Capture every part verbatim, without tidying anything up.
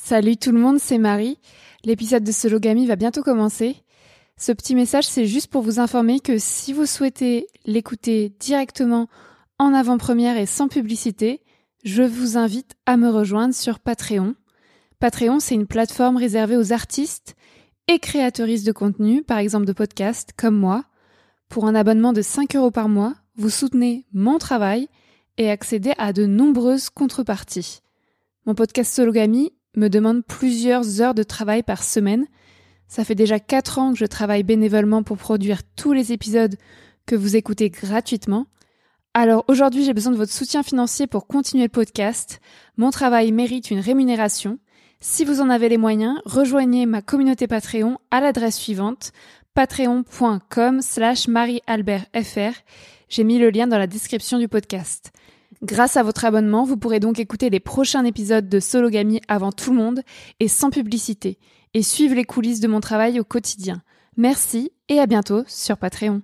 Salut tout le monde, c'est Marie. L'épisode de Sologamy va bientôt commencer. Ce petit message, c'est juste pour vous informer que si vous souhaitez l'écouter directement en avant-première et sans publicité, je vous invite à me rejoindre sur Patreon. Patreon, c'est une plateforme réservée aux artistes et créatrices de contenu, par exemple de podcasts, comme moi. Pour un abonnement de cinq euros par mois, vous soutenez mon travail et accédez à de nombreuses contreparties. Mon podcast Sologamy me demande plusieurs heures de travail par semaine. Ça fait déjà quatre ans que je travaille bénévolement pour produire tous les épisodes que vous écoutez gratuitement. Alors aujourd'hui, j'ai besoin de votre soutien financier pour continuer le podcast. Mon travail mérite une rémunération. Si vous en avez les moyens, rejoignez ma communauté Patreon à l'adresse suivante, patreon.com slash mariealbertfr. J'ai mis le lien dans la description du podcast. Grâce à votre abonnement, vous pourrez donc écouter les prochains épisodes de Sologamy avant tout le monde et sans publicité, et suivre les coulisses de mon travail au quotidien. Merci et à bientôt sur Patreon.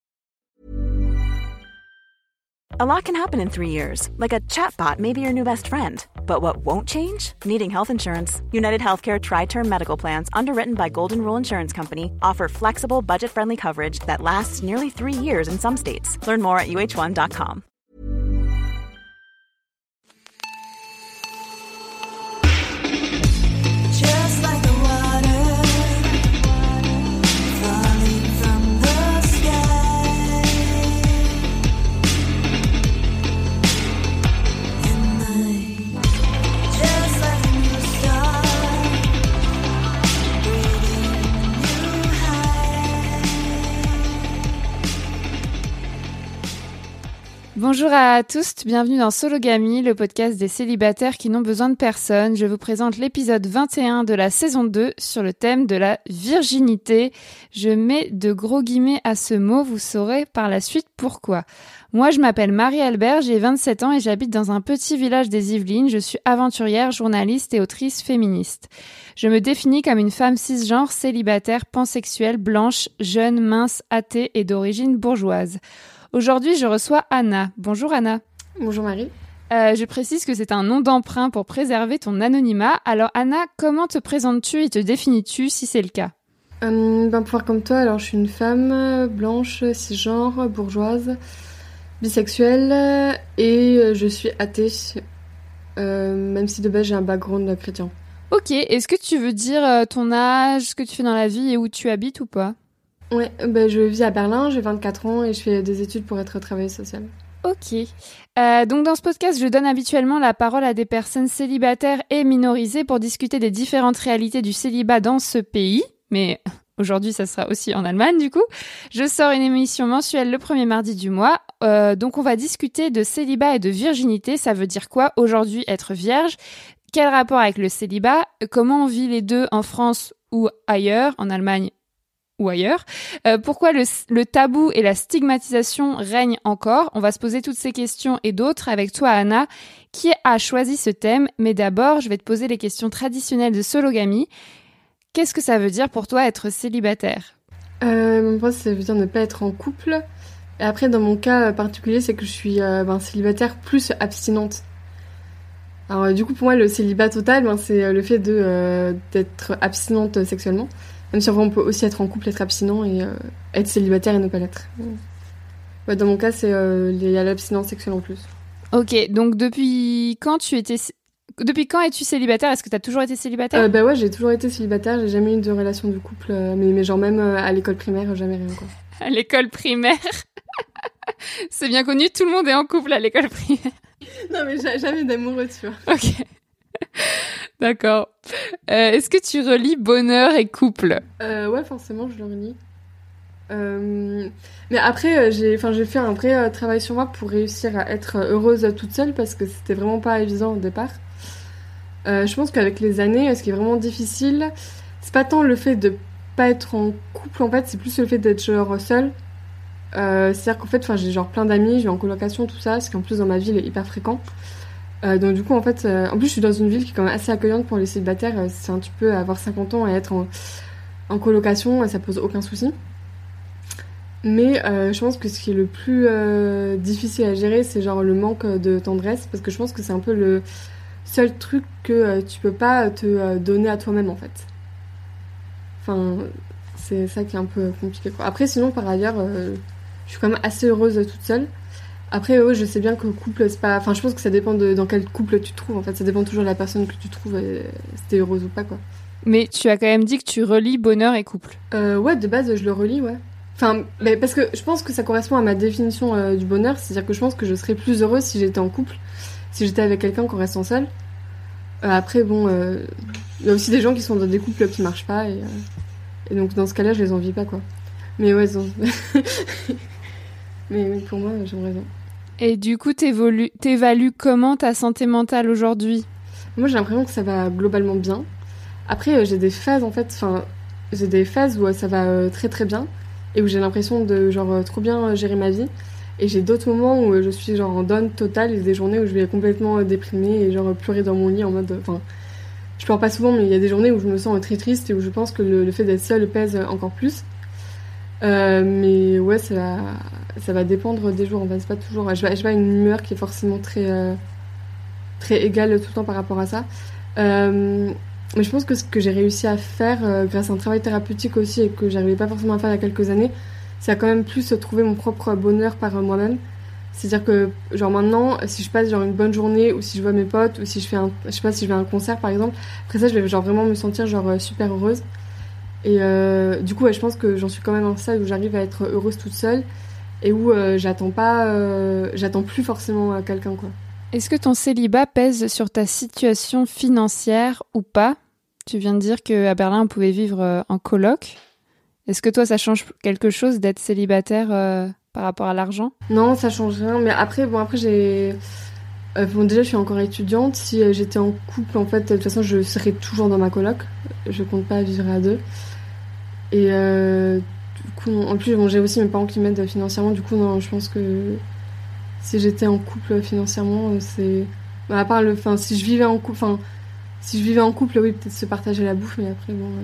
A lot can happen in three years, like a chatbot may be your new best friend. But what won't change? Needing health insurance. United Healthcare Tri-Term Medical Plans, underwritten by Golden Rule Insurance Company, offer flexible, budget-friendly coverage that lasts nearly three years in some states. Learn more at U H one dot com. Bonjour à tous, bienvenue dans Sologamy, le podcast des célibataires qui n'ont besoin de personne. Je vous présente l'épisode vingt et un de la saison deux sur le thème de la virginité. Je mets de gros guillemets à ce mot, vous saurez par la suite pourquoi. Moi, je m'appelle Marie-Albert, j'ai vingt-sept ans et j'habite dans un petit village des Yvelines. Je suis aventurière, journaliste et autrice féministe. Je me définis comme une femme cisgenre, célibataire, pansexuelle, blanche, jeune, mince, athée et d'origine bourgeoise. Aujourd'hui, je reçois Anna. Bonjour Anna. Bonjour Marie. Euh, je précise que c'est un nom d'emprunt pour préserver ton anonymat. Alors Anna, comment te présentes-tu et te définis-tu si c'est le cas ? euh, ben, Pour faire comme toi, alors je suis une femme blanche, cisgenre, bourgeoise, bisexuelle et je suis athée, euh, même si de base j'ai un background chrétien. Ok, est-ce que tu veux dire euh, ton âge, ce que tu fais dans la vie et où tu habites ou pas ? Ouais, ben je vis à Berlin, j'ai vingt-quatre ans et je fais des études pour être travailleuse sociale. Ok. Euh, donc dans ce podcast, je donne habituellement la parole à des personnes célibataires et minorisées pour discuter des différentes réalités du célibat dans ce pays. Mais aujourd'hui, ça sera aussi en Allemagne du coup. Je sors une émission mensuelle le premier mardi du mois. Euh, donc on va discuter de célibat et de virginité. Ça veut dire quoi aujourd'hui être vierge ? Quel rapport avec le célibat ? Comment on vit les deux en France ou ailleurs, en Allemagne ou ailleurs. Euh, pourquoi le, le tabou et la stigmatisation règnent encore ? On va se poser toutes ces questions et d'autres avec toi, Anna, qui a choisi ce thème. Mais d'abord, je vais te poser les questions traditionnelles de Sologamy. Qu'est-ce que ça veut dire pour toi être célibataire ? euh, Moi, ça veut dire ne pas être en couple. Et après, dans mon cas particulier, c'est que je suis euh, ben, célibataire plus abstinente. Alors euh, du coup, pour moi, le célibat total, ben, c'est le fait de, euh, d'être abstinente sexuellement. Même si on peut aussi être en couple, être abstinent et euh, être célibataire et ne pas l'être. Ouais, dans mon cas, c'est euh, il y a l'abstinence sexuelle en plus. Ok, donc depuis quand tu étais, depuis quand es-tu célibataire ? Est-ce que tu as toujours été célibataire ? euh, Bah ouais, j'ai toujours été célibataire. J'ai jamais eu de relation de couple, euh, mais, mais genre même euh, à l'école primaire, jamais rien quoi. À l'école primaire, c'est bien connu, tout le monde est en couple à l'école primaire. Non mais j'ai jamais d'amoureux, tu vois. Ok. D'accord. Euh, est-ce que tu relis bonheur et couple ? euh, Ouais, forcément, je le relis. Euh, mais après, j'ai, enfin, j'ai fait un vrai euh, travail sur moi pour réussir à être heureuse toute seule parce que c'était vraiment pas évident au départ. Euh, je pense qu'avec les années, ce qui est vraiment difficile, c'est pas tant le fait de pas être en couple, en fait, c'est plus le fait d'être genre seule. Euh, c'est-à-dire qu'en fait, enfin, j'ai genre plein d'amis, je vais en colocation, tout ça, ce qui en plus dans ma ville est hyper fréquent. Euh, donc du coup en fait, euh, en plus je suis dans une ville qui est quand même assez accueillante pour les célibataires. Euh, c'est un petit peu avoir cinquante ans et être en, en colocation, ça pose aucun souci. Mais euh, je pense que ce qui est le plus euh, difficile à gérer, c'est genre le manque de tendresse, parce que je pense que c'est un peu le seul truc que euh, tu peux pas te euh, donner à toi-même, en fait. Enfin, c'est ça qui est un peu compliqué, quoi. Après, sinon, par ailleurs, euh, je suis quand même assez heureuse toute seule. Après, ouais, je sais bien que le couple, c'est pas... Enfin, je pense que ça dépend de dans quel couple tu te trouves, en fait. Ça dépend toujours de la personne que tu trouves, euh, si t'es heureuse ou pas, quoi. Mais tu as quand même dit que tu relis bonheur et couple. Euh, ouais, de base, je le relis, ouais. Enfin, mais parce que je pense que ça correspond à ma définition euh, du bonheur. C'est-à-dire que je pense que je serais plus heureuse si j'étais en couple, si j'étais avec quelqu'un qu'en restant seule. Euh, après, bon, il euh, y a aussi des gens qui sont dans des couples qui marchent pas. Et, euh, et donc, dans ce cas-là, je les envie pas, quoi. Mais ouais, non. mais, mais pour moi, j'aimerais bien. Et du coup, t'évolues- t'évalues comment ta santé mentale aujourd'hui ? Moi, j'ai l'impression que ça va globalement bien. Après, euh, j'ai des phases, en fait, enfin, j'ai des phases où euh, ça va euh, très très bien et où j'ai l'impression de, genre, euh, trop bien euh, gérer ma vie. Et j'ai d'autres moments où euh, je suis, genre, en down total et des journées où je vais complètement euh, déprimée et, genre, pleurer dans mon lit en mode... Enfin, je pleure pas souvent, mais il y a des journées où je me sens euh, très triste et où je pense que le, le fait d'être seule pèse euh, encore plus. Euh, mais ouais, ça va, ça va dépendre des jours. En fait, c'est pas toujours... Je vais, je vais à une humeur qui est forcément très, euh, très égale tout le temps par rapport à ça. Euh... Mais je pense que ce que j'ai réussi à faire euh, grâce à un travail thérapeutique aussi et que j'arrivais pas forcément à faire il y a quelques années, c'est à quand même plus trouver mon propre bonheur par euh, moi-même. C'est-à-dire que genre maintenant, si je passe genre une bonne journée ou si je vois mes potes ou si je fais un, je sais pas si je vais à un concert par exemple, après ça je vais genre vraiment me sentir genre super heureuse. Et euh, du coup ouais, je pense que j'en suis quand même à un stade où j'arrive à être heureuse toute seule et où euh, j'attends pas, euh, j'attends plus forcément à quelqu'un, quoi. Est-ce que ton célibat pèse sur ta situation financière ou pas ? Tu viens de dire qu'à Berlin, on pouvait vivre en coloc. Est-ce que toi, ça change quelque chose d'être célibataire euh, par rapport à l'argent ? Non, ça change rien. Mais après, bon, après j'ai... Euh, bon, déjà, je suis encore étudiante. Si euh, j'étais en couple, en fait, de toute façon, je serais toujours dans ma coloc. Je compte pas vivre à deux. Et euh, du coup, en plus, bon, j'ai aussi mes parents qui m'aident financièrement. Du coup, non, je pense que... Si j'étais en couple financièrement, c'est... Bah, à part le... Enfin, si je vivais en couple... Enfin, si je vivais en couple, oui, peut-être se partager la bouffe, mais après, bon... Euh...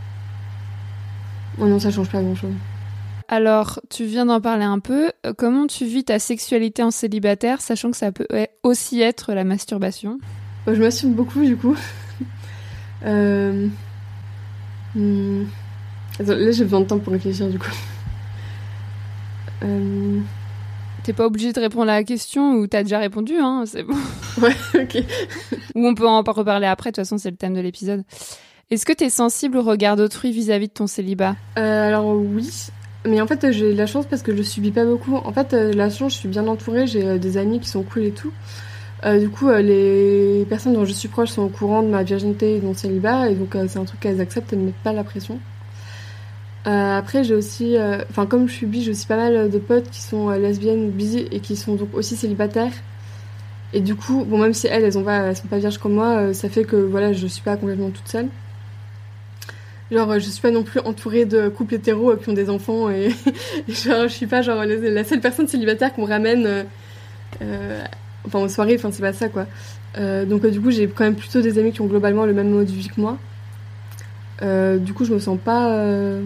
Oh non, ça change pas grand-chose. Alors, tu viens d'en parler un peu. Comment tu vis ta sexualité en célibataire, sachant que ça peut aussi être la masturbation ? Bah, je masturbe beaucoup, du coup. euh... hmm... Attends, là, j'ai besoin de temps pour réfléchir, du coup. Euh... T'es pas obligé de répondre à la question ou t'as déjà répondu, hein, c'est bon. Ouais, ok. Ou on peut en reparler après, de toute façon, c'est le thème de l'épisode. Est-ce que t'es sensible au regard d'autrui vis-à-vis de ton célibat ? euh, Alors oui, mais en fait, j'ai de la chance parce que je subis pas beaucoup. En fait, euh, la chance, je suis bien entourée, j'ai euh, des amis qui sont cool et tout. Euh, du coup, euh, les personnes dont je suis proche sont au courant de ma virginité et de mon célibat, et donc euh, c'est un truc qu'elles acceptent et ne mettent pas la pression. Euh, après, j'ai aussi, enfin, euh, comme je suis bi, j'ai aussi pas mal de potes qui sont euh, lesbiennes ou bi et qui sont donc aussi célibataires. Et du coup, bon, même si elles, elles, ont pas, elles sont pas vierges comme moi, euh, ça fait que voilà, je suis pas complètement toute seule. Genre, je suis pas non plus entourée de couples hétéros euh, qui ont des enfants et, et genre, je suis pas genre la seule personne célibataire qu'on ramène, euh, euh, enfin, aux soirées, enfin, c'est pas ça, quoi. Euh, donc, euh, du coup, j'ai quand même plutôt des amis qui ont globalement le même mode de vie que moi. Euh, du coup, je me sens pas. Euh...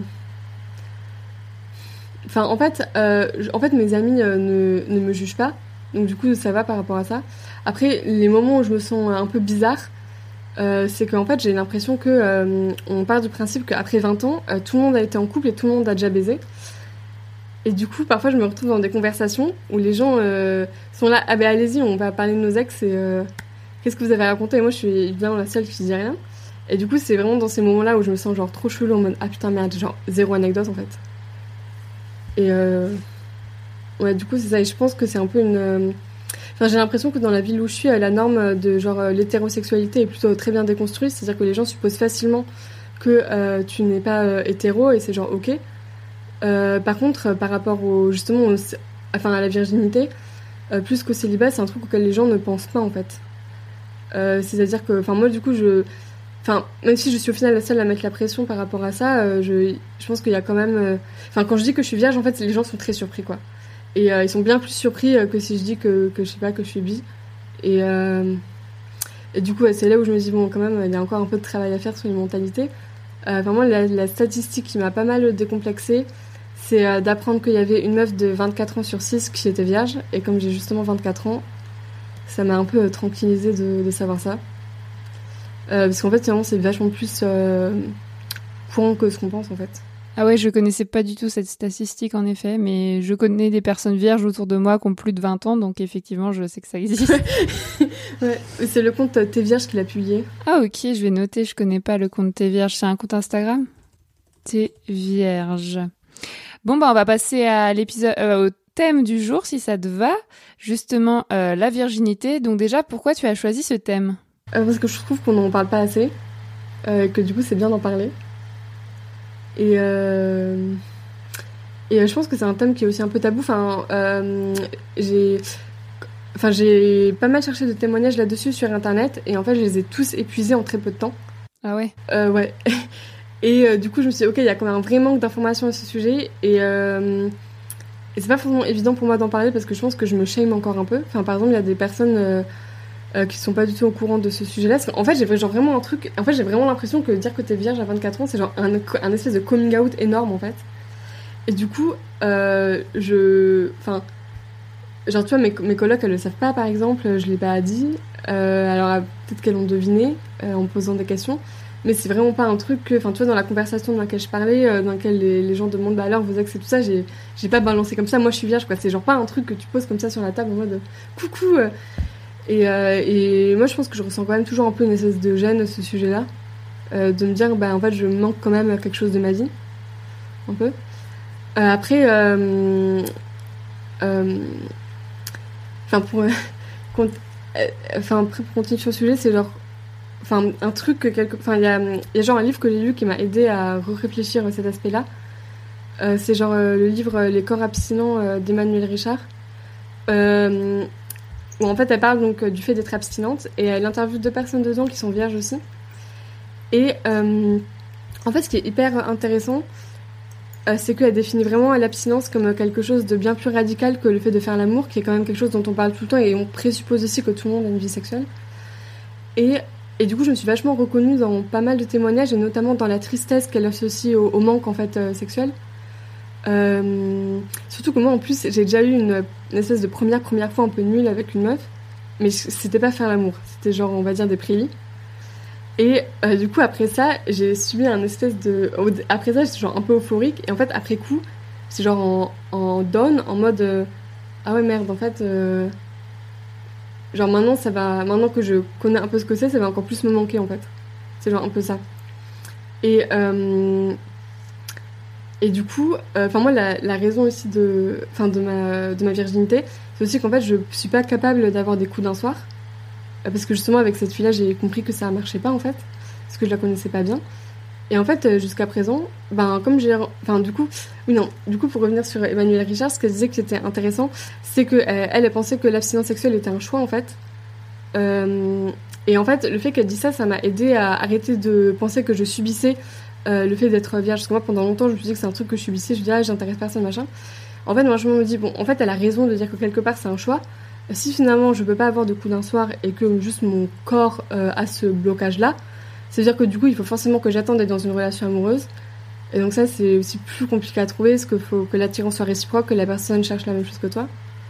Enfin, en fait, euh, en fait, mes amis euh, ne, ne me jugent pas, donc du coup, ça va par rapport à ça. Après, les moments où je me sens un peu bizarre, euh, c'est qu'en fait, j'ai l'impression que euh, on part du principe qu'après vingt ans, euh, tout le monde a été en couple et tout le monde a déjà baisé. Et du coup, parfois, je me retrouve dans des conversations où les gens euh, sont là, ah ben allez-y, on va parler de nos ex et euh, qu'est-ce que vous avez raconté ? Et moi, je suis évidemment la seule qui dit rien. Et du coup, c'est vraiment dans ces moments-là où je me sens genre trop chelou en mode ah putain merde, genre zéro anecdote en fait. Et euh... ouais, du coup, c'est ça. Et je pense que c'est un peu une. Euh... Enfin, j'ai l'impression que dans la ville où je suis, la norme de genre l'hétérosexualité est plutôt très bien déconstruite. C'est-à-dire que les gens supposent facilement que euh, tu n'es pas euh, hétéro et c'est genre ok. Euh, par contre, par rapport au justement, au... enfin à la virginité, euh, plus qu'au célibat, c'est un truc auquel les gens ne pensent pas en fait. Euh, c'est-à-dire que, enfin moi du coup, je. Enfin, même si je suis au final la seule à mettre la pression par rapport à ça, euh, je, je pense qu'il y a quand même... Euh... Enfin, quand je dis que je suis vierge, en fait, les gens sont très surpris, quoi. Et euh, ils sont bien plus surpris euh, que si je dis que, que, je sais pas, que je suis bi. Et, euh... et du coup, ouais, c'est là où je me dis, bon, quand même, il y a encore un peu de travail à faire sur les mentalités. Euh, vraiment, la, la statistique qui m'a pas mal décomplexée, c'est euh, d'apprendre qu'il y avait une meuf de vingt-quatre ans sur six qui était vierge. Et comme j'ai justement vingt-quatre ans, ça m'a un peu euh, tranquillisée de, de savoir ça. Euh, parce qu'en fait, finalement, c'est vachement plus euh, courant que ce qu'on pense, en fait. Ah ouais, je connaissais pas du tout cette statistique en effet, mais je connais des personnes vierges autour de moi qui ont plus de vingt ans, donc effectivement, je sais que ça existe. Ouais, c'est le compte T'es Vierge qui l'a publié. Ah ok, je vais noter, je connais pas le compte T'es Vierge, c'est un compte Instagram ? T'es Vierge. Bon bah on va passer à l'épisode, euh, au thème du jour si ça te va, justement euh, la virginité. Donc déjà, pourquoi tu as choisi ce thème ? euh, Parce que je trouve qu'on n'en parle pas assez, euh, que du coup c'est bien d'en parler. Et, euh... et je pense que c'est un thème qui est aussi un peu tabou. Enfin, euh, j'ai... Enfin, j'ai pas mal cherché de témoignages là-dessus sur Internet. Et en fait, je les ai tous épuisés en très peu de temps. Ah ouais euh, Ouais. Et euh, du coup, je me suis dit, ok, il y a quand même un vrai manque d'informations à ce sujet. Et, euh... et c'est pas forcément évident pour moi d'en parler parce que je pense que je me shame encore un peu. Enfin, par exemple, il y a des personnes... Euh... Euh, qui sont pas du tout au courant de ce sujet-là. En fait, j'ai genre vraiment un truc. En fait, j'ai vraiment l'impression que dire que t'es vierge à vingt-quatre ans, c'est genre un, un espèce de coming out énorme en fait. Et du coup, euh, je. Enfin. Genre, tu vois, mes, mes colocs, elles le savent pas par exemple, je l'ai pas dit. Euh, alors, peut-être qu'elles l'ont deviné euh, en me posant des questions. Mais c'est vraiment pas un truc que. Enfin, tu vois, dans la conversation dans laquelle je parlais, euh, dans laquelle les, les gens demandent, bah alors, vos ex et tout ça, j'ai, j'ai pas balancé comme ça, moi je suis vierge quoi. C'est genre pas un truc que tu poses comme ça sur la table en mode coucou. Euh, Et, euh, et moi, je pense que je ressens quand même toujours un peu une espèce de gêne à ce sujet-là. Euh, de me dire, bah, en fait, je manque quand même quelque chose de ma vie. Un peu. Euh, après, euh, euh, enfin, pour, euh, enfin, après, pour continuer sur le sujet, c'est genre, enfin, un truc que quelque, enfin, il y a, y a genre un livre que j'ai lu qui m'a aidé à réfléchir à cet aspect-là. Euh, c'est genre euh, le livre Les corps abstinents euh, d'Emmanuel Richard. Euh, où en fait elle parle donc du fait d'être abstinente et elle interviewe deux personnes dedans qui sont vierges aussi. Et euh, en fait ce qui est hyper intéressant euh, c'est qu'elle définit vraiment l'abstinence comme quelque chose de bien plus radical que le fait de faire l'amour, qui est quand même quelque chose dont on parle tout le temps et on présuppose aussi que tout le monde a une vie sexuelle. Et, et du coup je me suis vachement reconnue dans pas mal de témoignages et notamment dans la tristesse qu'elle associe au, au manque en fait euh, sexuel. Euh, surtout que moi en plus j'ai déjà eu une, une espèce de première première fois un peu nulle avec une meuf, mais c'était pas faire l'amour, c'était genre on va dire des prélis. Et euh, du coup après ça j'ai subi un espèce de, après ça j'étais genre un peu euphorique et en fait après coup c'est genre en, en down en mode euh, ah ouais merde en fait euh, genre maintenant ça va, maintenant que je connais un peu ce que c'est, ça va encore plus me manquer en fait, c'est genre un peu ça. Et euh, Et du coup, enfin euh, moi la, la raison aussi de, enfin de ma de ma virginité, c'est aussi qu'en fait je suis pas capable d'avoir des coups d'un soir, euh, parce que justement avec cette fille-là j'ai compris que ça marchait pas en fait, parce que je la connaissais pas bien. Et en fait euh, jusqu'à présent, ben comme j'ai, enfin du coup, oui non, du coup pour revenir sur Emmanuel Richard, ce qu'elle disait qui était intéressant, c'est que euh, elle, elle pensait que l'abstinence sexuelle était un choix en fait. Euh, et en fait le fait qu'elle dise ça, ça m'a aidé à arrêter de penser que je subissais Euh, le fait d'être vierge, parce que moi pendant longtemps je me suis dit que c'est un truc que je subissais, je me dis ah j'intéresse personne machin. En fait moi je me dis bon en fait elle a raison de dire que quelque part c'est un choix. Si finalement je peux pas avoir de coup d'un soir et que juste mon corps euh, a ce blocage là, c'est à dire que du coup il faut forcément que j'attende d'être dans une relation amoureuse, et donc ça c'est aussi plus compliqué à trouver, parce qu'il faut que l'attirance soit réciproque, que la personne cherche la même chose que toi.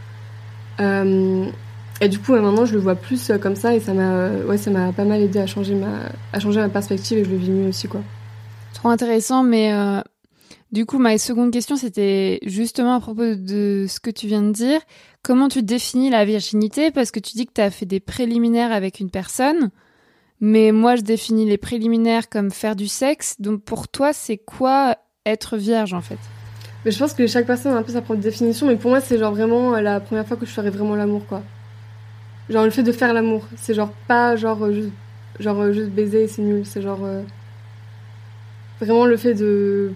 Euh, et du coup ouais, maintenant je le vois plus euh, comme ça, et ça m'a ouais ça m'a pas mal aidé à changer ma à changer ma perspective, et je le vis mieux aussi quoi. Trop intéressant, mais euh, du coup, ma seconde question, c'était justement à propos de ce que tu viens de dire. Comment tu définis la virginité ? Parce que tu dis que tu as fait des préliminaires avec une personne, mais moi, je définis les préliminaires comme faire du sexe. Donc, pour toi, c'est quoi être vierge, en fait ? Mais je pense que chaque personne a un peu sa propre définition, mais pour moi, c'est genre vraiment la première fois que je ferais vraiment l'amour, quoi. Genre le fait de faire l'amour. C'est genre pas genre juste, genre, juste baiser et c'est nul. C'est genre... Euh... Vraiment le fait de...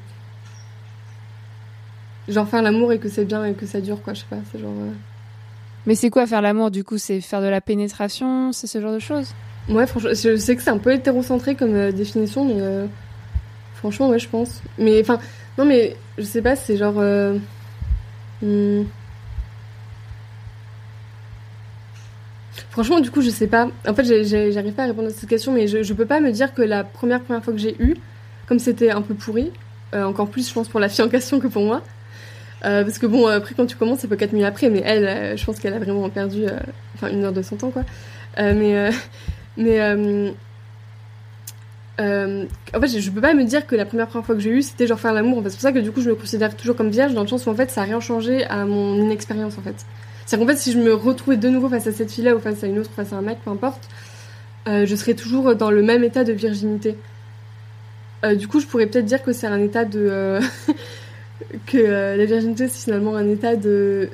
Genre faire l'amour et que c'est bien et que ça dure, quoi, je sais pas, c'est genre... Euh... Mais c'est quoi faire l'amour, du coup ? C'est faire de la pénétration ? C'est ce genre de choses ? Ouais, franchement, je sais que c'est un peu hétérocentré comme euh, définition, mais... Euh... Franchement, ouais, je pense. Mais, enfin, non, mais, je sais pas, c'est genre... Euh... Hmm... Franchement, du coup, je sais pas. En fait, j'ai, j'ai, j'arrive pas à répondre à cette question, mais je, je peux pas me dire que la première première fois que j'ai eu, comme c'était un peu pourri, euh, encore plus, je pense, pour la fille en question que pour moi, Euh, parce que bon, après, quand tu commences, ça peut quatre minutes après, mais elle, euh, je pense qu'elle a vraiment perdu euh, enfin, une heure de son temps, quoi. Euh, mais euh, mais euh, euh, en fait, je, je peux pas me dire que la première, première fois que j'ai eu, c'était genre faire l'amour. En fait. C'est pour ça que du coup, je me considère toujours comme vierge, dans le sens où en fait, ça a rien changé à mon inexpérience, en fait. C'est-à-dire qu'en fait, si je me retrouvais de nouveau face à cette fille-là, ou face à une autre, face à un mec, peu importe, euh, je serais toujours dans le même état de virginité. Euh, du coup, je pourrais peut-être dire que c'est un état de... Euh, que euh, la virginité, c'est finalement un état de...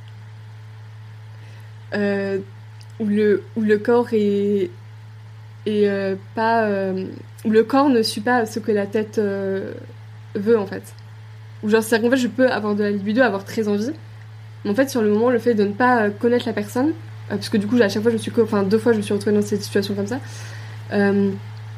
Euh, où, le, où le corps est... est euh, pas... Euh, où le corps ne suit pas ce que la tête euh, veut, en fait. Ou genre, c'est-à-dire qu'en fait, je peux avoir de la libido, avoir très envie. Mais en fait, sur le moment, le fait de ne pas connaître la personne... Euh, parce que du coup, à chaque fois, je suis... Enfin, deux fois, je me suis retrouvée dans cette situation comme ça. Euh,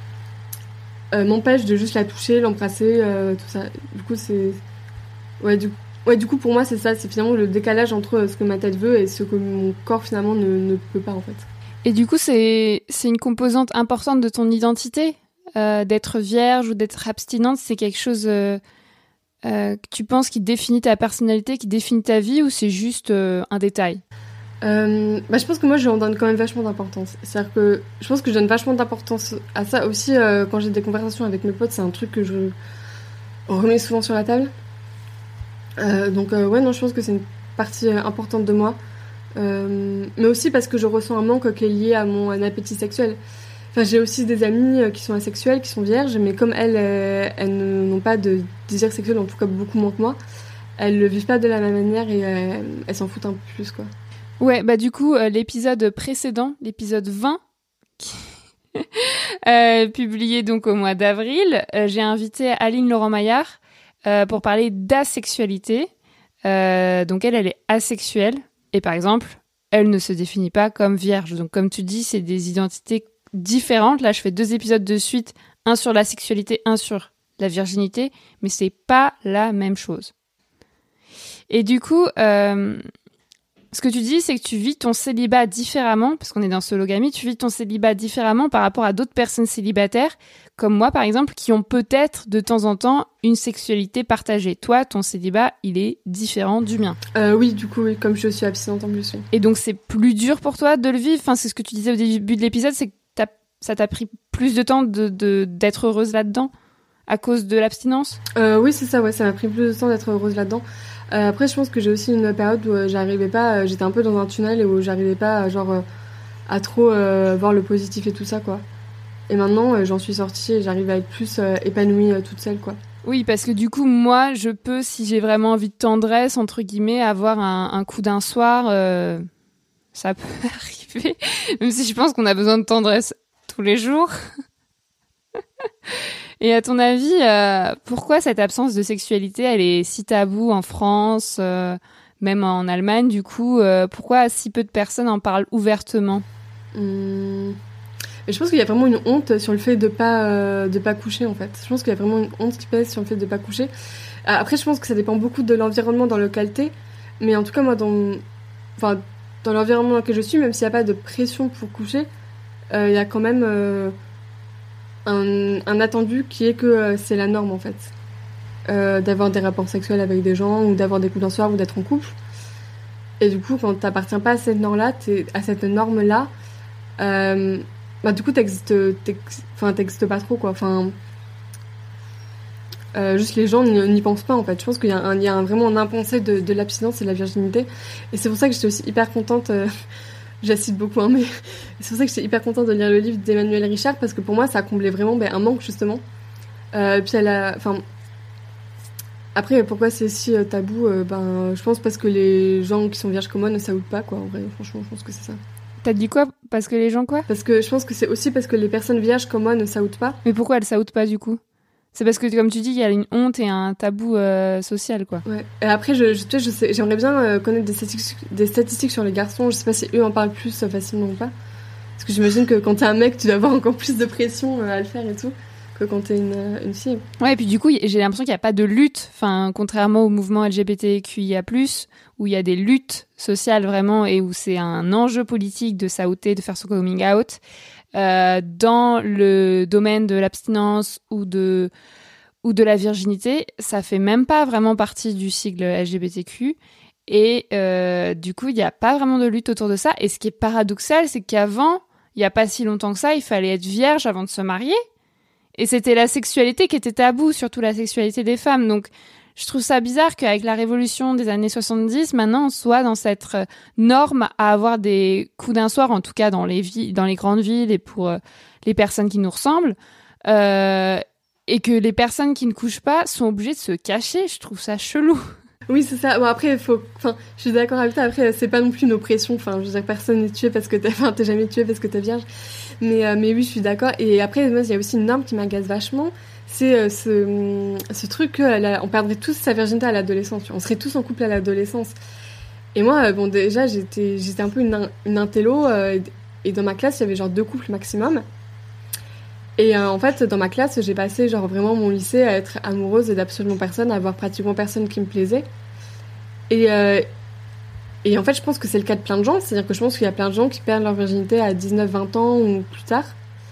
euh, m'empêche de juste la toucher, l'embrasser, euh, tout ça. Du coup, c'est... Ouais, du, ouais, du coup, pour moi, c'est ça. C'est finalement le décalage entre ce que ma tête veut et ce que mon corps, finalement, ne, ne peut pas, en fait. Et du coup, c'est, c'est une composante importante de ton identité, euh, d'être vierge ou d'être abstinente. C'est quelque chose euh, euh, que tu penses qui définit ta personnalité, qui définit ta vie, ou c'est juste euh, un détail ? Euh, bah, je pense que moi, je en donne quand même vachement d'importance. C'est-à-dire que je pense que je donne vachement d'importance à ça aussi. Euh, quand j'ai des conversations avec mes potes, c'est un truc que je remets souvent sur la table. Euh, donc, euh, ouais, non, je pense que c'est une partie euh, importante de moi. Euh, mais aussi parce que je ressens un manque qui est lié à mon euh, appétit sexuel. Enfin, j'ai aussi des amies euh, qui sont asexuelles, qui sont vierges, mais comme elles, euh, elles n'ont pas de désir sexuel, en tout cas beaucoup moins que moi, elles le vivent pas de la même manière et euh, elles s'en foutent un peu plus, quoi. Ouais, bah du coup, euh, l'épisode précédent, l'épisode vingt, qui... euh, publié donc au mois d'avril, euh, j'ai invité Aline Laurent-Maillard euh, pour parler d'asexualité. Euh, donc elle, elle est asexuelle et par exemple, elle ne se définit pas comme vierge. Donc comme tu dis, c'est des identités différentes. Là, je fais deux épisodes de suite, un sur la sexualité, un sur la virginité, mais c'est pas la même chose. Et du coup... Euh, Ce que tu dis, c'est que tu vis ton célibat différemment, parce qu'on est dans sologamie, tu vis ton célibat différemment par rapport à d'autres personnes célibataires, comme moi par exemple, qui ont peut-être de temps en temps une sexualité partagée. Toi, ton célibat, il est différent du mien. Euh, oui, du coup, oui, comme je suis abstinente en plus. Oui. Et donc c'est plus dur pour toi de le vivre. Enfin, c'est ce que tu disais au début de l'épisode, c'est que t'as, ça t'a pris plus de temps de, de, d'être heureuse là-dedans à cause de l'abstinence. Euh, oui, c'est ça, ouais, ça m'a pris plus de temps d'être heureuse là-dedans. Euh, après, je pense que j'ai aussi une période où euh, j'arrivais pas, euh, j'étais un peu dans un tunnel et où j'arrivais pas, euh, genre, euh, à trop euh, voir le positif et tout ça, quoi. Et maintenant, euh, j'en suis sortie et j'arrive à être plus euh, épanouie euh, toute seule, quoi. Oui, parce que du coup, moi, je peux, si j'ai vraiment envie de tendresse, entre guillemets, avoir un, un coup d'un soir, euh, ça peut arriver, même si je pense qu'on a besoin de tendresse tous les jours. Et à ton avis, euh, pourquoi cette absence de sexualité, elle est si taboue en France, euh, même en Allemagne, du coup, euh, pourquoi si peu de personnes en parlent ouvertement ? Hum... Et je pense qu'il y a vraiment une honte sur le fait de pas euh, de pas coucher, en fait. Je pense qu'il y a vraiment une honte qui pèse sur le fait de pas coucher. Après, je pense que ça dépend beaucoup de l'environnement dans lequel t'es, mais en tout cas, moi, dans, enfin, dans l'environnement dans lequel je suis, même s'il n'y a pas de pression pour coucher, euh, il y a quand même euh, un, un attendu qui est que euh, c'est la norme, en fait. Euh, d'avoir des rapports sexuels avec des gens, ou d'avoir des coups d'un soir, ou d'être en couple. Et du coup, quand t'appartiens pas à cette norme-là, t'es, à cette norme-là, euh, bah du coup t'existes, t'ex, enfin t'existes pas trop, quoi. Enfin, euh, juste les gens n'y pensent pas, en fait. Je pense qu'il y a, un, il y a un, vraiment un impensé de, de l'abstinence et de la virginité. Et c'est pour ça que j'étais aussi hyper contente... Euh, J'assiste beaucoup, hein, mais c'est pour ça que j'étais hyper contente de lire le livre d'Emmanuel Richard, parce que pour moi, ça comblait vraiment ben, un manque, justement. Euh, puis elle a... Enfin... Après, pourquoi c'est si euh, tabou euh, Ben, je pense parce que les gens qui sont vierges comme moi ne saoutent pas, quoi. En vrai, franchement, je pense que c'est ça. T'as dit quoi ? Parce que les gens quoi ? Parce que je pense que c'est aussi parce que les personnes vierges comme moi ne saoutent pas. Mais pourquoi elles saoutent pas, du coup ? C'est parce que, comme tu dis, il y a une honte et un tabou euh, social, quoi. Ouais. Et après, je, je, je sais, j'aimerais bien euh, connaître des statistiques, des statistiques sur les garçons. Je sais pas si eux en parlent plus euh, facilement ou pas. Parce que j'imagine que quand t'es un mec, tu dois avoir encore plus de pression euh, à le faire et tout, que quand t'es une, euh, une fille. Ouais, et puis du coup, j'ai l'impression qu'il n'y a pas de lutte. Enfin, contrairement au mouvement L G B T Q I A plus, où il y a des luttes sociales vraiment et où c'est un enjeu politique de s'outer, de faire son coming out. Euh, dans le domaine de l'abstinence ou de ou de la virginité, ça fait même pas vraiment partie du sigle L G B T Q. Et euh, du coup, il n'y a pas vraiment de lutte autour de ça. Et ce qui est paradoxal, c'est qu'avant, il n'y a pas si longtemps que ça, il fallait être vierge avant de se marier. Et c'était la sexualité qui était taboue, surtout la sexualité des femmes. Donc, je trouve ça bizarre qu'avec la révolution des années soixante-dix, maintenant, on soit dans cette norme à avoir des coups d'un soir, en tout cas dans les, villes, dans les grandes villes et pour euh, les personnes qui nous ressemblent. Euh, et que les personnes qui ne couchent pas sont obligées de se cacher. Je trouve ça chelou. Oui, c'est ça. Bon, après, faut... enfin, je suis d'accord avec toi. Après, c'est pas non plus une oppression. Enfin, je veux dire, personne n'est tué parce que t'es... Enfin, t'es jamais tué parce que t'es vierge. Mais, euh, mais oui, je suis d'accord. Et après, moi, il y a aussi une norme qui m'agace vachement. C'est euh, ce, ce truc qu'on perdrait tous sa virginité à l'adolescence. On serait tous en couple à l'adolescence. Et moi, euh, bon, déjà, j'étais, j'étais un peu une, une intello. Euh, et dans ma classe, il y avait genre deux couples maximum. Et euh, en fait, dans ma classe, j'ai passé genre vraiment mon lycée à être amoureuse d'absolument personne, à avoir pratiquement personne qui me plaisait. Et, euh, et en fait, je pense que c'est le cas de plein de gens. C'est-à-dire que je pense qu'il y a plein de gens qui perdent leur virginité à dix-neuf vingt ans ou plus tard.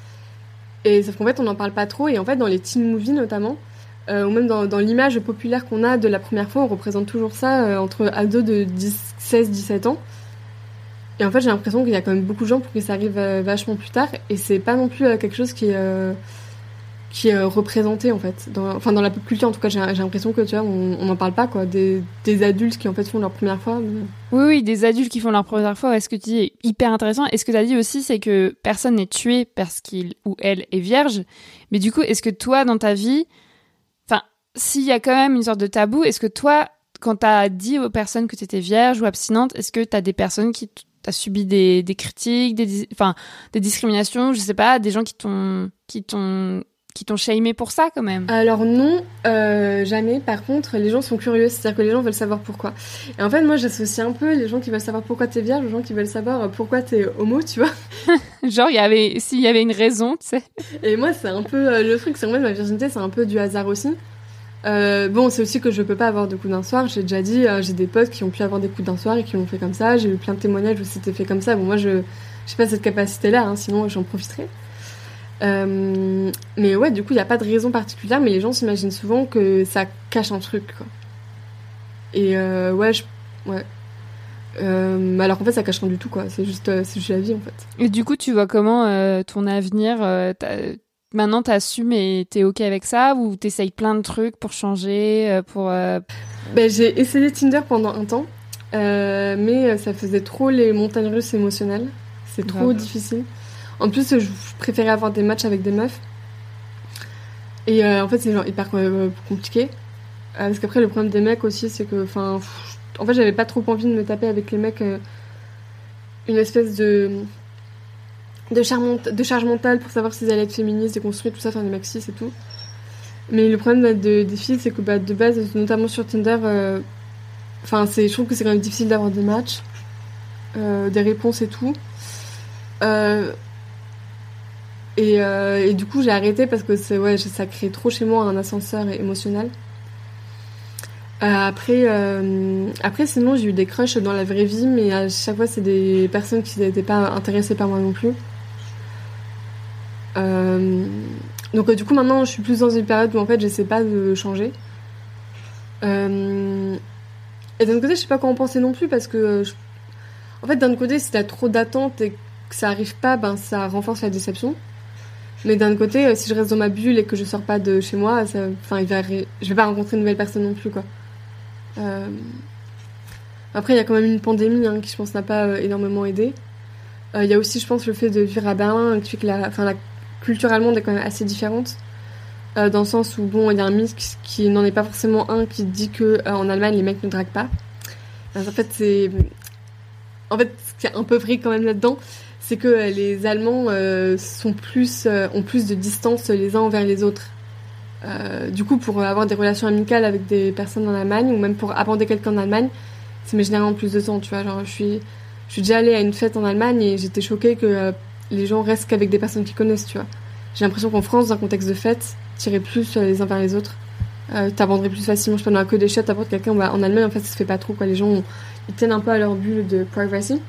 Et sauf qu'en fait, on n'en parle pas trop. Et en fait, dans les teen movies notamment, euh, ou même dans, dans l'image populaire qu'on a de la première fois, on représente toujours ça euh, entre ados de seize dix-sept ans. Et en fait, j'ai l'impression qu'il y a quand même beaucoup de gens pour que ça arrive euh, vachement plus tard. Et c'est pas non plus euh, quelque chose qui est, euh, qui est euh, représenté, en fait. Dans, enfin, dans la pop culture, en tout cas, j'ai, j'ai l'impression que, tu vois, on n'en parle pas, quoi. Des, des adultes qui, en fait, font leur première fois. Mais... Oui, oui, des adultes qui font leur première fois. Ouais, ce que tu dis est hyper intéressant. Et ce que tu as dit aussi, c'est que personne n'est tué parce qu'il ou elle est vierge. Mais du coup, est-ce que toi, dans ta vie... Enfin, s'il y a quand même une sorte de tabou, est-ce que toi, quand t'as dit aux personnes que t'étais vierge ou abstinente, est-ce que t'as des personnes qui... T- T'as subi des, des critiques, des, enfin, des discriminations, je sais pas, des gens qui t'ont, qui t'ont, qui t'ont shamé pour ça quand même? Alors non, euh, jamais. Par contre, les gens sont curieux, c'est-à-dire que les gens veulent savoir pourquoi. Et en fait, moi, j'associe un peu les gens qui veulent savoir pourquoi t'es vierge aux gens qui veulent savoir pourquoi t'es homo, tu vois. Genre, il y avait, s'il y avait une raison, tu sais. Et moi, c'est un peu euh, le truc, c'est en fait ma virginité, c'est un peu du hasard aussi. Euh, bon, c'est aussi que je peux pas avoir de coups d'un soir. J'ai déjà dit, euh, j'ai des potes qui ont pu avoir des coups d'un soir et qui l'ont fait comme ça. J'ai eu plein de témoignages où c'était fait comme ça. Bon, moi, je j'ai pas cette capacité-là, hein, sinon j'en profiterais. Euh, mais ouais, du coup, il y a pas de raison particulière, mais les gens s'imaginent souvent que ça cache un truc, quoi. Et euh, ouais, je, ouais. Euh, alors qu'en fait, ça cache rien du tout, quoi. C'est juste, euh, c'est juste la vie, en fait. Et du coup, tu vois comment euh, ton avenir euh, maintenant, t'assumes et t'es ok avec ça, ou t'essayes plein de trucs pour changer, euh, pour... Euh... Ben, j'ai essayé Tinder pendant un temps, euh, mais ça faisait trop les montagnes russes émotionnelles. C'est trop Grave. difficile. En plus, je préférais avoir des matchs avec des meufs. Et euh, en fait, c'est genre hyper euh, compliqué. Euh, parce qu'après, le problème des mecs aussi, c'est que... Enfin, en fait, j'avais pas trop envie de me taper avec les mecs euh, une espèce de... De, charmant, de charge mentale pour savoir s'ils allaient être féministes, déconstruits, tout ça, faire des maxis et tout. Mais le problème bah, de, des filles, c'est que bah, de base, notamment sur Tinder, enfin, euh, je trouve que c'est quand même difficile d'avoir des matchs, euh, des réponses et tout. Euh, et, euh, et du coup, j'ai arrêté parce que c'est, ouais, ça crée trop chez moi un ascenseur émotionnel. Euh, après, euh, après, sinon, j'ai eu des crushs dans la vraie vie, mais à chaque fois, c'est des personnes qui n'étaient pas intéressées par moi non plus. Euh, donc euh, du coup maintenant je suis plus dans une période où en fait j'essaie pas de changer euh, et d'un côté je sais pas quoi en penser non plus parce que je... en fait d'un côté si t'as trop d'attentes et que ça arrive pas ben ça renforce la déception, mais d'un côté si je reste dans ma bulle et que je sors pas de chez moi ça... enfin il va... je vais pas rencontrer une nouvelle personne non plus quoi. Euh... Après il y a quand même une pandémie hein, qui je pense n'a pas euh, énormément aidé. Il euh, y a aussi je pense le fait de vivre à Berlin qui fait que la, enfin, la culture allemande est quand même assez différente euh, dans le sens où bon il y a un mythe qui, qui n'en est pas forcément un qui dit que euh, en Allemagne les mecs ne draguent pas. Alors, en fait c'est en fait ce qui est un peu vrai quand même là-dedans c'est que euh, les Allemands euh, sont plus euh, ont plus de distance les uns envers les autres. Euh, du coup pour avoir des relations amicales avec des personnes en Allemagne ou même pour aborder quelqu'un en Allemagne ça met généralement plus de temps, tu vois, genre je suis je suis déjà allée à une fête en Allemagne et j'étais choquée que euh, les gens restent qu'avec des personnes qu'ils connaissent, tu vois. J'ai l'impression qu'en France, dans un contexte de fête, t'irais plus les uns vers les autres. Euh, t'aborderais plus facilement, je sais pas, dans un queue des chiottes, t'abordes quelqu'un. Bah, en Allemagne, en fait, ça se fait pas trop, quoi. Les gens, ils tiennent un peu à leur bulle de privacy.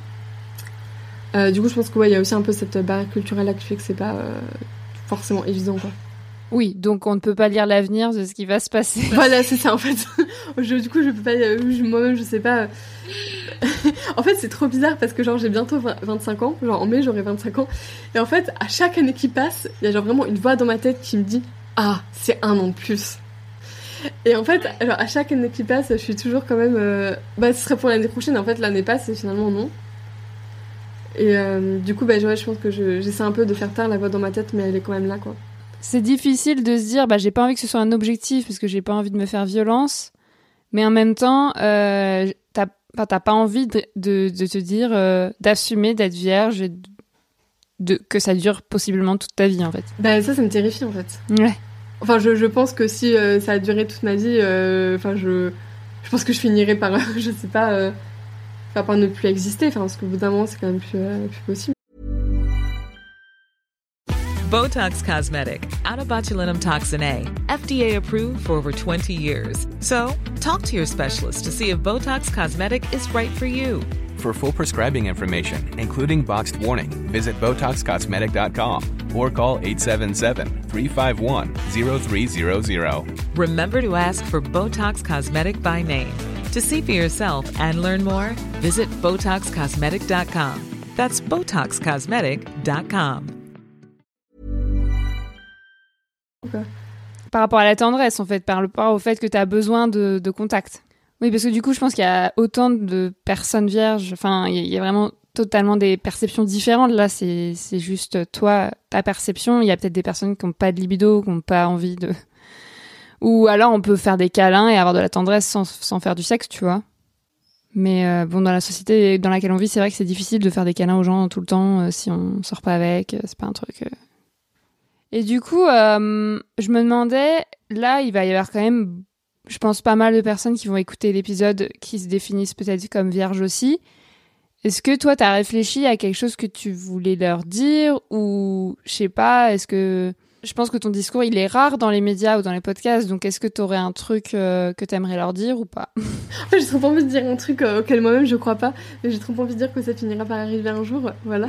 Euh, du coup, je pense que, ouais, il y a aussi un peu cette barrière culturelle-là qui fait que c'est pas euh, forcément évident, quoi. Oui, donc on ne peut pas lire l'avenir de ce qui va se passer. Voilà, c'est ça en fait. Je, du coup, je peux pas, je, moi-même, je sais pas. En fait, c'est trop bizarre parce que genre j'ai bientôt vingt-cinq ans, genre en mai j'aurai vingt-cinq ans, et en fait, à chaque année qui passe, il y a genre vraiment une voix dans ma tête qui me dit ah, c'est un an de plus. Et en fait, genre à chaque année qui passe, je suis toujours quand même, euh... bah ce serait pour l'année prochaine. En fait, l'année passe et finalement non. Et euh, du coup, bah ouais, je pense que je, j'essaie un peu de faire taire la voix dans ma tête, mais elle est quand même là, quoi. C'est difficile de se dire, bah, j'ai pas envie que ce soit un objectif parce que j'ai pas envie de me faire violence, mais en même temps, euh, t'as, enfin, t'as pas envie de, de, de te dire, euh, d'assumer d'être vierge et de, de, que ça dure possiblement toute ta vie, en fait. Bah, ça, ça me terrifie, en fait. Ouais. Enfin, je, je pense que si euh, ça a duré toute ma vie, euh, enfin, je, je pense que je finirais par, je sais pas, euh, enfin, par ne plus exister, enfin, parce qu'au bout d'un moment, c'est quand même plus, euh, plus possible. Botox Cosmetic, out of botulinum toxin A, F D A approved for over twenty years. So, talk to your specialist to see if Botox Cosmetic is right for you. For full prescribing information, including boxed warning, visit Botox Cosmetic dot com or call eight seven seven, three five one, zero three zero zero. Remember to ask for Botox Cosmetic by name. To see for yourself and learn more, visit Botox Cosmetic dot com. That's Botox Cosmetic dot com. Okay. Par rapport à la tendresse, en fait, par rapport au fait que tu as besoin de, de contact. Oui, parce que du coup, je pense qu'il y a autant de personnes vierges. Enfin, il y, y a vraiment totalement des perceptions différentes. Là, c'est, c'est juste toi, ta perception. Il y a peut-être des personnes qui n'ont pas de libido, qui n'ont pas envie de... Ou alors, on peut faire des câlins et avoir de la tendresse sans, sans faire du sexe, tu vois. Mais euh, bon, dans la société dans laquelle on vit, c'est vrai que c'est difficile de faire des câlins aux gens tout le temps euh, si on sort pas avec. C'est pas un truc... Euh... Et du coup, euh, je me demandais, là, il va y avoir quand même, je pense, pas mal de personnes qui vont écouter l'épisode qui se définissent peut-être comme vierges aussi. Est-ce que toi, t'as réfléchi à quelque chose que tu voulais leur dire ou, je sais pas, est-ce que... Je pense que ton discours, il est rare dans les médias ou dans les podcasts, donc est-ce que t'aurais un truc euh, que t'aimerais leur dire ou pas? En fait, j'ai trop envie de dire un truc euh, auquel moi-même je crois pas, mais j'ai trop envie de dire que ça finira par arriver un jour, voilà.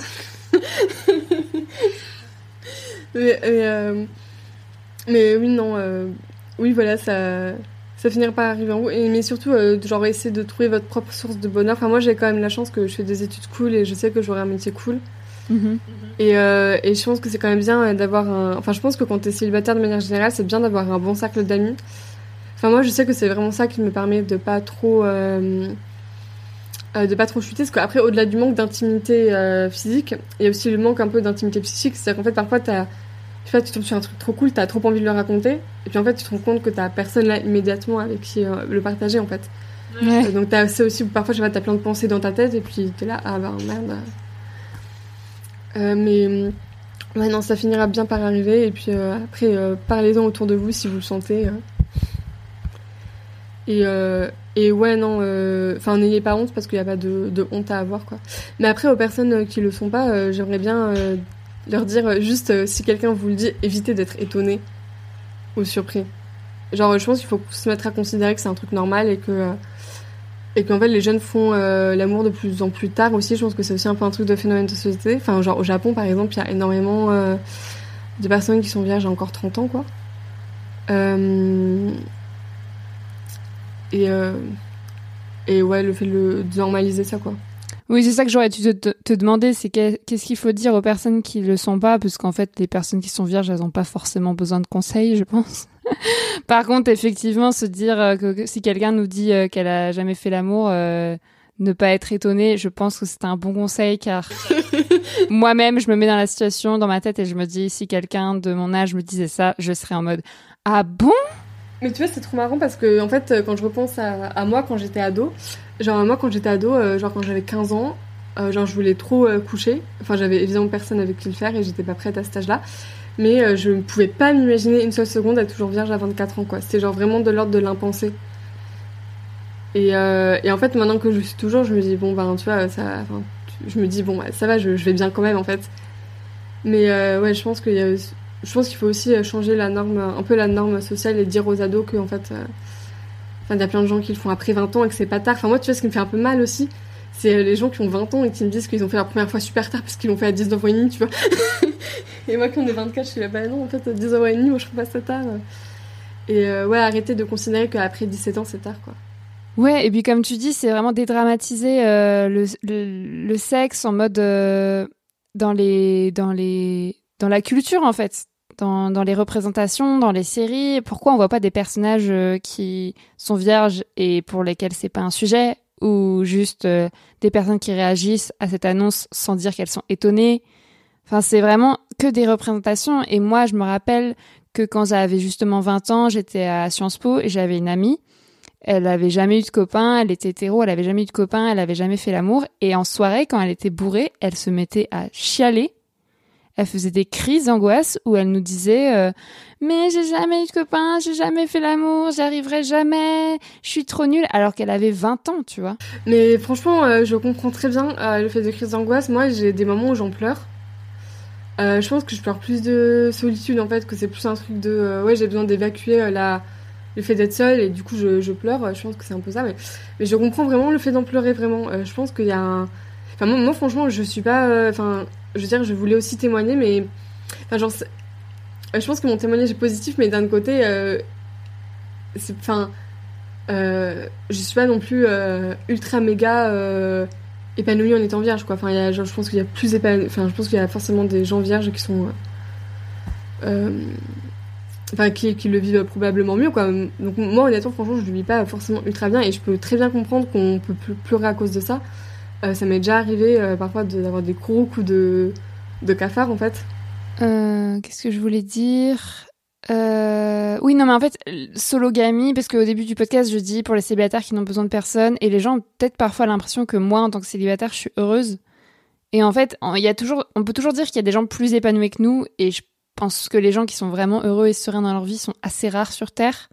Mais, mais, euh, mais oui, non, euh, oui, voilà, ça, ça finira par arriver en haut. Et, mais surtout, euh, genre, essayer de trouver votre propre source de bonheur. Enfin, moi, j'ai quand même la chance que je fais des études cool et je sais que j'aurai un métier cool. Mm-hmm. Et, euh, et je pense que c'est quand même bien d'avoir un... Enfin, je pense que quand t'es célibataire de manière générale, c'est bien d'avoir un bon cercle d'amis. Enfin, moi, je sais que c'est vraiment ça qui me permet de pas trop... Euh, euh, de pas trop chuter, parce qu'après, au-delà du manque d'intimité euh, physique, il y a aussi le manque un peu d'intimité psychique. C'est-à-dire qu'en fait, parfois, t'as, tu vois, tu tombes sur un truc trop cool, t'as trop envie de le raconter, et puis en fait, tu te rends compte que t'as personne là immédiatement avec qui euh, le partager, en fait. Ouais. Euh, donc, t'as c'est aussi, parfois, je sais pas, t'as plein de pensées dans ta tête, et puis t'es là, ah bah merde. Euh, mais, ouais, non, ça finira bien par arriver, et puis euh, après, euh, parlez-en autour de vous si vous le sentez. Euh. Et, euh, et ouais, non, enfin, euh, n'ayez pas honte parce qu'il n'y a pas de, de honte à avoir, quoi. Mais après, aux personnes qui le sont pas, euh, j'aimerais bien euh, leur dire juste, euh, si quelqu'un vous le dit, évitez d'être étonné ou surpris. Genre, je pense qu'il faut se mettre à considérer que c'est un truc normal et que euh, et qu'en fait, les jeunes font euh, l'amour de plus en plus tard aussi. Je pense que c'est aussi un peu un truc de phénomène de société. Enfin, genre, au Japon, par exemple, il y a énormément euh, de personnes qui sont vierges à encore trente ans, quoi. Euh... Et, euh, et ouais, le fait de, le, de normaliser ça, quoi. Oui, c'est ça que j'aurais dû te, te, te demander, c'est que, qu'est-ce qu'il faut dire aux personnes qui le sont pas, parce qu'en fait, les personnes qui sont vierges, elles n'ont pas forcément besoin de conseils, je pense. Par contre, effectivement, se dire que, que si quelqu'un nous dit qu'elle a jamais fait l'amour, euh, ne pas être étonné, je pense que c'est un bon conseil, car moi-même, je me mets dans la situation, dans ma tête, et je me dis, si quelqu'un de mon âge me disait ça, je serais en mode, ah bon? Mais tu vois, c'est trop marrant parce que, en fait, quand je repense à, à moi quand j'étais ado, genre, moi quand j'étais ado, euh, genre quand j'avais quinze ans, euh, genre je voulais trop euh, coucher. Enfin, j'avais évidemment personne avec qui le faire et j'étais pas prête à cet âge-là. Mais euh, je ne pouvais pas m'imaginer une seule seconde être toujours vierge à vingt-quatre ans, quoi. C'était genre vraiment de l'ordre de l'impensé. Et, euh, et en fait, maintenant que je suis toujours, je me dis, bon, ben, tu vois, ça. Enfin, je me dis, bon, ça va, je, je vais bien quand même, en fait. Mais euh, ouais, je pense qu'il y a. Je pense qu'il faut aussi changer la norme, un peu la norme sociale et dire aux ados qu'en fait, euh, enfin, il y a plein de gens qui le font après vingt ans et que c'est pas tard. Enfin, moi, tu vois, ce qui me fait un peu mal aussi, c'est les gens qui ont vingt ans et qui me disent qu'ils ont fait la première fois super tard parce qu'ils l'ont fait à dix-neuf ans et demi, tu vois. Et moi, quand on est vingt-quatre, je suis là, bah non, en fait, à dix-neuf ans et demi, moi, je trouve pas ça tard. Et euh, ouais, arrêter de considérer qu'après dix-sept ans, c'est tard, quoi. Ouais, et puis comme tu dis, c'est vraiment dédramatiser euh, le, le, le sexe en mode euh, dans les dans les dans la culture en fait, dans dans les représentations, dans les séries. Pourquoi on voit pas des personnages euh, qui sont vierges et pour lesquels c'est pas un sujet, ou juste euh, des personnes qui réagissent à cette annonce sans dire qu'elles sont étonnées. Enfin, c'est vraiment que des représentations. Et moi, je me rappelle que quand j'avais justement vingt ans, j'étais à Sciences Po et j'avais une amie. Elle avait jamais eu de copain, elle était hétéro, elle avait jamais eu de copain, elle avait jamais fait l'amour. Et en soirée, quand elle était bourrée, elle se mettait à chialer. Elle faisait des crises d'angoisse où elle nous disait euh, « Mais j'ai jamais eu de copain, j'ai jamais fait l'amour, j'y arriverai jamais, je suis trop nulle. » Alors qu'elle avait vingt ans, tu vois. Mais franchement, euh, je comprends très bien euh, le fait de crises d'angoisse. Moi, j'ai des moments où j'en pleure. Euh, je pense que je pleure plus de solitude, en fait, que c'est plus un truc de... Euh, ouais, j'ai besoin d'évacuer euh, la... le fait d'être seule et du coup je, je pleure. Je pense que c'est un peu ça, mais, mais je comprends vraiment le fait d'en pleurer, vraiment. Euh, je pense qu'il y a un... Enfin, moi, moi franchement, je suis pas... Enfin, euh, je veux dire, je voulais aussi témoigner, mais... Enfin, genre... Je pense que mon témoignage est positif, mais d'un côté... Euh... C'est... Enfin... Euh... Je suis pas non plus euh, ultra méga... Euh... épanouie en étant vierge, quoi. Enfin, il y a, genre, je pense qu'il y a plus épanoui... Enfin, je pense qu'il y a forcément des gens vierges qui sont... Euh... Enfin, qui, qui le vivent probablement mieux, quoi. Donc moi, honnêtement, franchement, je le vis pas forcément ultra bien et je peux très bien comprendre qu'on peut pleurer à cause de ça. Euh, ça m'est déjà arrivé euh, parfois de, d'avoir des gros coups de, de cafard, en fait. Euh, qu'est-ce que je voulais dire euh... Oui, non, mais en fait, sologamie, parce qu'au début du podcast, je dis pour les célibataires qui n'ont besoin de personne, et les gens ont peut-être parfois l'impression que moi, en tant que célibataire, je suis heureuse. Et en fait, il y a toujours, on peut toujours dire qu'il y a des gens plus épanouis que nous, et je Je pense que les gens qui sont vraiment heureux et sereins dans leur vie sont assez rares sur Terre.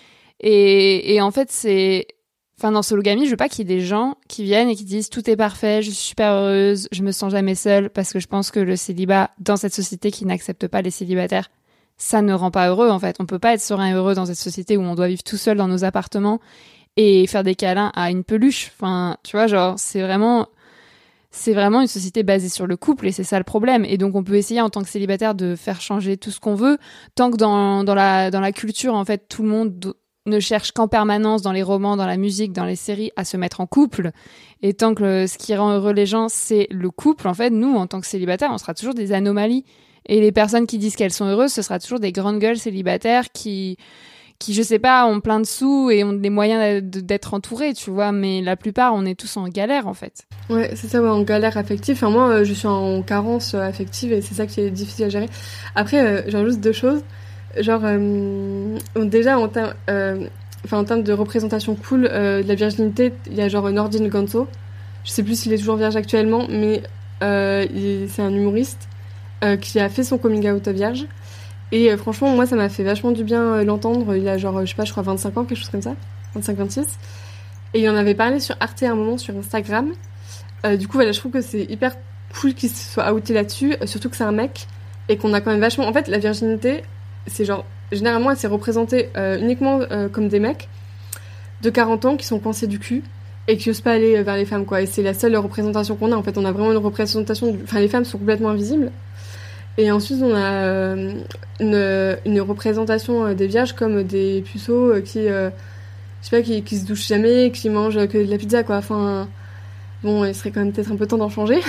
Et, et en fait, c'est... Enfin, dans Sologamie, je veux pas qu'il y ait des gens qui viennent et qui disent « Tout est parfait, je suis super heureuse, je me sens jamais seule », parce que je pense que le célibat, dans cette société qui n'accepte pas les célibataires, ça ne rend pas heureux, en fait. On peut pas être serein et heureux dans cette société où on doit vivre tout seul dans nos appartements et faire des câlins à une peluche. Enfin, tu vois, genre, c'est vraiment... C'est vraiment une société basée sur le couple et c'est ça le problème. Et donc on peut essayer en tant que célibataire de faire changer tout ce qu'on veut, tant que dans, dans, la, dans la culture, en fait, tout le monde ne cherche qu'en permanence dans les romans, dans la musique, dans les séries, à se mettre en couple. Et tant que le, ce qui rend heureux les gens, c'est le couple, en fait, nous, en tant que célibataires, on sera toujours des anomalies. Et les personnes qui disent qu'elles sont heureuses, ce sera toujours des grandes gueules célibataires qui... qui, je sais pas, ont plein de sous et ont les moyens d'être entourés, tu vois, mais la plupart, on est tous en galère, en fait. Ouais, c'est ça, ouais, en galère affective. Enfin, moi, je suis en carence affective et c'est ça qui est difficile à gérer. Après, euh, genre, juste deux choses. Genre, euh, déjà, en, ter- euh, enfin, en termes de représentation cool euh, de la virginité, il y a genre Nordin Ganso. Je sais plus s'il est toujours vierge actuellement, mais euh, il, c'est un humoriste euh, qui a fait son coming out vierge. Et euh, franchement, moi, ça m'a fait vachement du bien euh, l'entendre. Il a genre, je sais pas, je crois vingt-cinq ans, quelque chose comme ça. vingt-cinq vingt-six. Et il en avait parlé sur Arte à un moment, sur Instagram. Euh, du coup, voilà, je trouve que c'est hyper cool qu'il se soit outé là-dessus. Euh, surtout que c'est un mec. Et qu'on a quand même vachement... En fait, la virginité, c'est genre... Généralement, elle s'est représentée euh, uniquement euh, comme des mecs de quarante ans qui sont coincés du cul et qui osent pas aller vers les femmes, quoi. Et c'est la seule représentation qu'on a. En fait, on a vraiment une représentation... Du... Enfin, les femmes sont complètement invisibles. Et ensuite, on a euh, une, une représentation des vierges comme des puceaux qui, euh, je sais pas, qui, qui se douchent jamais, qui mangent que de la pizza, quoi. Enfin, bon, il serait quand même peut-être un peu temps d'en changer.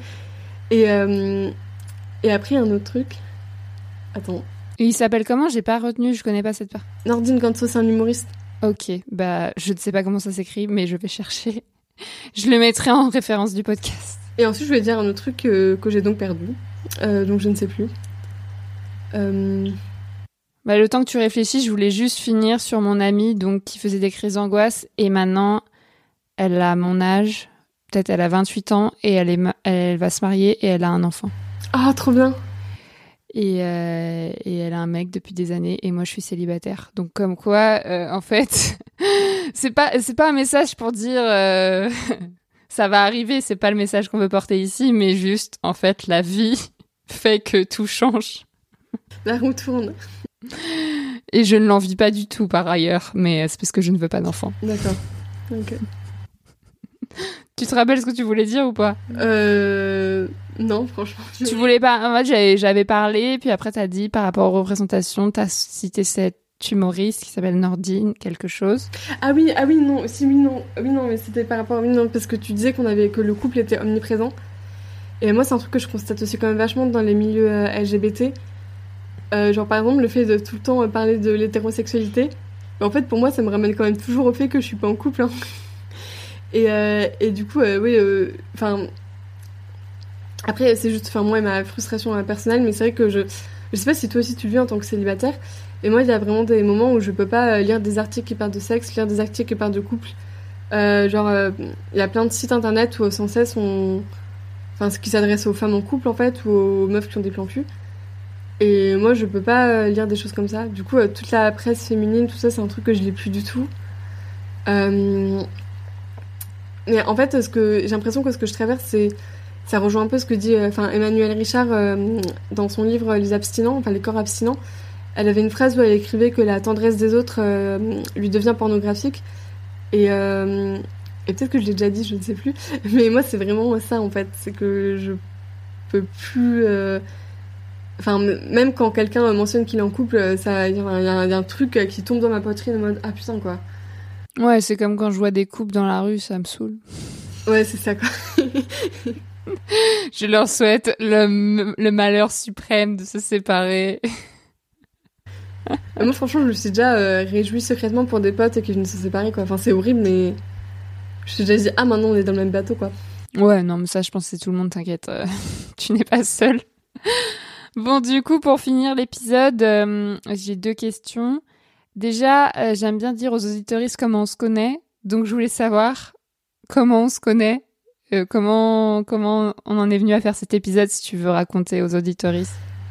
et, euh, et après, un autre truc. Attends. Et il s'appelle comment ? J'ai pas retenu, je connais pas cette part. Nordin Ganso, c'est un humoriste. Ok, bah, je ne sais pas comment ça s'écrit, mais je vais chercher. Je le mettrai en référence du podcast. Et ensuite, je voulais dire un autre truc que, que j'ai donc perdu. Euh, donc je ne sais plus. Euh... Bah, le temps que tu réfléchis, je voulais juste finir sur mon amie donc, qui faisait des crises d'angoisse. Et maintenant, elle a mon âge. Peut-être elle a vingt-huit ans et elle, est ma- elle va se marier et elle a un enfant. Ah, oh, trop bien. Et, euh, et elle a un mec depuis des années et moi, je suis célibataire. Donc comme quoi, euh, en fait, c'est pas, c'est pas un message pour dire... Euh... ça va arriver, c'est pas le message qu'on veut porter ici, mais juste, en fait, la vie fait que tout change. La roue tourne. Et je ne l'envie pas du tout, par ailleurs, mais c'est parce que je ne veux pas d'enfant. D'accord. Ok. Tu te rappelles ce que tu voulais dire ou pas? Euh... Non, franchement. Tu voulais pas... En fait, j'avais, j'avais parlé, puis après t'as dit, par rapport aux représentations, t'as cité cette humoriste qui s'appelle Nordine, quelque chose. Ah oui, ah oui, non, si, oui, non. Oui, non, mais c'était par rapport... Oui, non, parce que tu disais qu'on avait... que le couple était omniprésent. Et moi, c'est un truc que je constate aussi quand même vachement dans les milieux euh, L G B T. Euh, genre, par exemple, le fait de tout le temps euh, parler de l'hétérosexualité. En fait, pour moi, ça me ramène quand même toujours au fait que je suis pas en couple, hein. Et, euh, et du coup, euh, oui, enfin. Euh, après, c'est juste, enfin, moi et ma frustration euh, personnelle, mais c'est vrai que je. Je sais pas si toi aussi tu le vis en tant que célibataire, et moi, il y a vraiment des moments où je peux pas euh, lire des articles qui parlent de sexe, lire des articles qui parlent de couple. Euh, genre, il euh, y a plein de sites internet où sans cesse on. Enfin, ce qui s'adresse aux femmes en couple, en fait, ou aux meufs qui ont des plans cul. Et moi, je peux pas euh, lire des choses comme ça. Du coup, euh, toute la presse féminine, tout ça, c'est un truc que je lis plus du tout. Euh. Mais en fait, ce que j'ai l'impression que ce que je traverse, c'est ça rejoint un peu ce que dit enfin euh, Emmanuelle Richard euh, dans son livre Les abstinents, enfin les corps abstinents. Elle avait une phrase où elle écrivait que la tendresse des autres euh, lui devient pornographique. Et, euh, et peut-être que je l'ai déjà dit, je ne sais plus. Mais moi, c'est vraiment ça en fait, c'est que je peux plus. Euh... Enfin, même quand quelqu'un mentionne qu'il est en couple, ça, il y, y, y a un truc qui tombe dans ma poitrine en mode ah putain quoi. Ouais, c'est comme quand je vois des couples dans la rue, ça me saoule. Ouais, c'est ça, quoi. Je leur souhaite le, le malheur suprême de se séparer. Moi, franchement, je me suis déjà euh, réjouie secrètement pour des potes qui venaient de se séparer, quoi. Enfin, c'est horrible, mais je me suis déjà dit, ah, maintenant, on est dans le même bateau, quoi. Ouais, non, mais ça, je pense que c'est tout le monde, t'inquiète. Euh, tu n'es pas seule. Bon, du coup, pour finir l'épisode, euh, j'ai deux questions. Déjà, euh, j'aime bien dire aux auditeuristes comment on se connaît. Donc, je voulais savoir comment on se connaît, euh, comment, comment on en est venu à faire cet épisode, si tu veux raconter aux auditeuristes.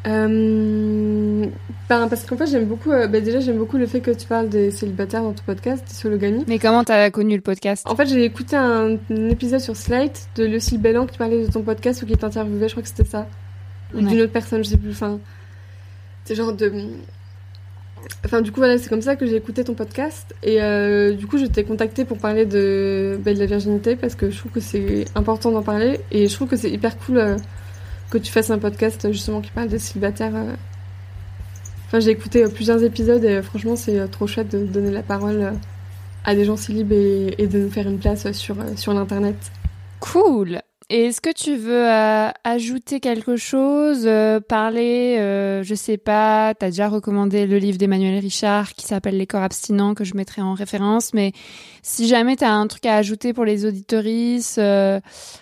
Euh, ben, parce qu'en fait, j'aime beaucoup... Euh, ben, déjà, j'aime beaucoup le fait que tu parles des célibataires dans ton podcast, des sologamy. Mais comment t'as connu le podcast? En fait, j'ai écouté un, un épisode sur Slate de Lucille Bellan qui parlait de ton podcast ou qui t'interviewait, je crois que c'était ça. Ou ouais. D'une autre personne, je sais plus. Enfin, c'est genre de... Enfin, du coup, voilà, c'est comme ça que j'ai écouté ton podcast. Et euh, du coup, je t'ai contactée pour parler de, bah, de la virginité parce que je trouve que c'est important d'en parler. Et je trouve que c'est hyper cool euh, que tu fasses un podcast justement qui parle des célibataires. Euh... Enfin, j'ai écouté euh, plusieurs épisodes et euh, franchement, c'est euh, trop chouette de donner la parole euh, à des gens célibes et, et de nous faire une place euh, sur, euh, sur l'internet. Cool! Et est-ce que tu veux euh, ajouter quelque chose, euh, parler, euh, je sais pas, t'as déjà recommandé le livre d'Emmanuelle Richard qui s'appelle Les corps abstinents que je mettrai en référence, mais si jamais t'as un truc à ajouter pour les auditeuristes, euh,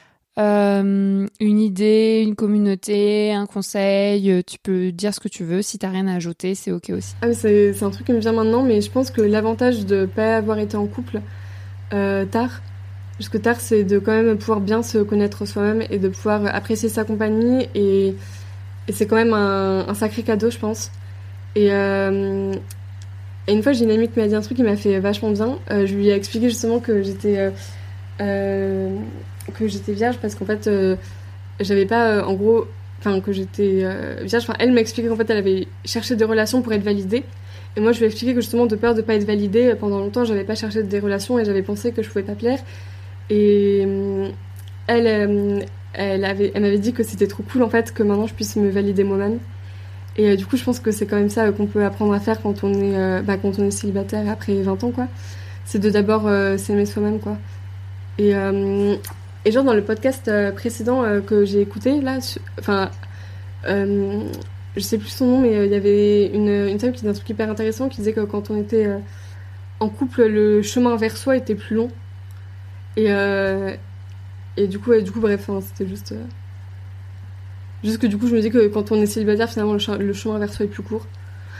euh, une idée, une communauté, un conseil, tu peux dire ce que tu veux. Si t'as rien à ajouter, c'est ok aussi. Ah, mais c'est, c'est un truc qui me vient maintenant, mais je pense que l'avantage de pas avoir été en couple euh, tard, parce que tard, c'est de quand même pouvoir bien se connaître soi-même et de pouvoir apprécier sa compagnie. Et, et c'est quand même un, un sacré cadeau, je pense. Et, euh, et une fois, j'ai une amie qui m'a dit un truc qui m'a fait vachement bien. Euh, je lui ai expliqué justement que j'étais, euh, euh, que j'étais vierge parce qu'en fait, euh, j'avais pas, euh, en gros... Enfin, que j'étais euh, vierge. Enfin, elle m'a expliqué qu'en fait, elle avait cherché des relations pour être validée. Et moi, je lui ai expliqué que justement, de peur de pas être validée, pendant longtemps, j'avais pas cherché des relations et j'avais pensé que je pouvais pas plaire. Et elle, elle, avait, elle m'avait dit que c'était trop cool en fait que maintenant je puisse me valider moi-même. Et euh, du coup, je pense que c'est quand même ça euh, qu'on peut apprendre à faire quand on est, euh, bah, quand on est célibataire après vingt ans, quoi. C'est de d'abord euh, s'aimer soi-même, quoi. Et, euh, et genre dans le podcast euh, précédent euh, que j'ai écouté, là, enfin, euh, je sais plus son nom, mais il euh, y avait une, une femme qui disait un truc hyper intéressant qui disait que quand on était euh, en couple, le chemin vers soi était plus long. Et, euh, et du coup, et du coup bref, hein, c'était juste... Euh, juste que du coup, je me dis que quand on est célibataire, finalement, le, ch- le chemin vers soi est plus court.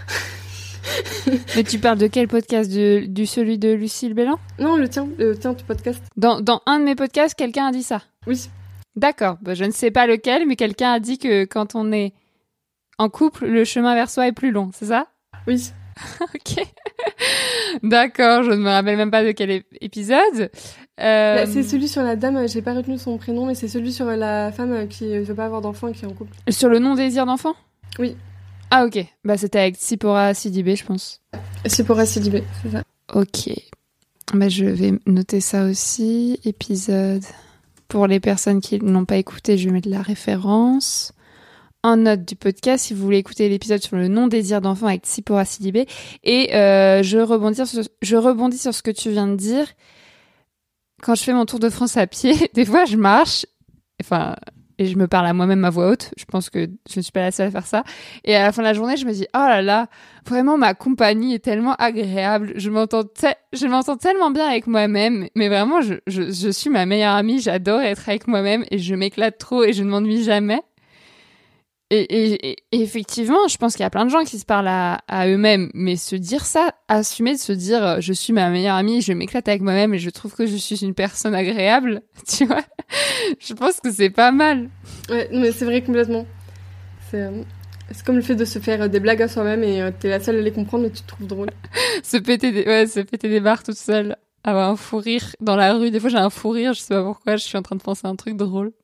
Mais tu parles de quel podcast? de, Du celui de Lucille Bellan? Non, le tien, le tien, ton podcast. Dans, dans un de mes podcasts, quelqu'un a dit ça? Oui. D'accord, bah, je ne sais pas lequel, mais quelqu'un a dit que quand on est en couple, le chemin vers soi est plus long, c'est ça? Oui. Ok. D'accord, je ne me rappelle même pas de quel é- épisode. Euh... Bah, c'est celui sur la dame, j'ai pas retenu son prénom, mais c'est celui sur la femme qui veut pas avoir d'enfant et qui est en couple. Sur le non-désir d'enfant? Oui. Ah ok, bah c'était avec Tsipora Sidibé, je pense. Tsipora Sidibé, c'est ça. Ok. Bah, je vais noter ça aussi. Épisode. Pour les personnes qui n'ont pas écouté, je vais mettre la référence. En note du podcast, si vous voulez écouter l'épisode sur le non-désir d'enfant avec Tsipora Sidibé. Et euh, je, rebondis sur, je rebondis sur ce que tu viens de dire. Quand je fais mon tour de France à pied, des fois je marche, enfin, et je me parle à moi-même à voix haute. Je pense que je ne suis pas la seule à faire ça. Et à la fin de la journée, je me dis, oh là là, vraiment ma compagnie est tellement agréable. Je m'entends, te- je m'entends tellement bien avec moi-même. Mais vraiment, je, je, je suis ma meilleure amie. J'adore être avec moi-même et je m'éclate trop et je ne m'ennuie jamais. Et, et, et effectivement, je pense qu'il y a plein de gens qui se parlent à, à eux-mêmes, mais se dire ça, assumer de se dire je suis ma meilleure amie, je m'éclate avec moi-même et je trouve que je suis une personne agréable, tu vois, je pense que c'est pas mal. Ouais, mais c'est vrai complètement. C'est, euh, c'est comme le fait de se faire des blagues à soi-même et euh, t'es la seule à les comprendre mais tu te trouves drôle. se péter des, ouais, se péter des barres toute seule, avoir un fou rire dans la rue. Des fois j'ai un fou rire, je sais pas pourquoi, je suis en train de penser à un truc drôle.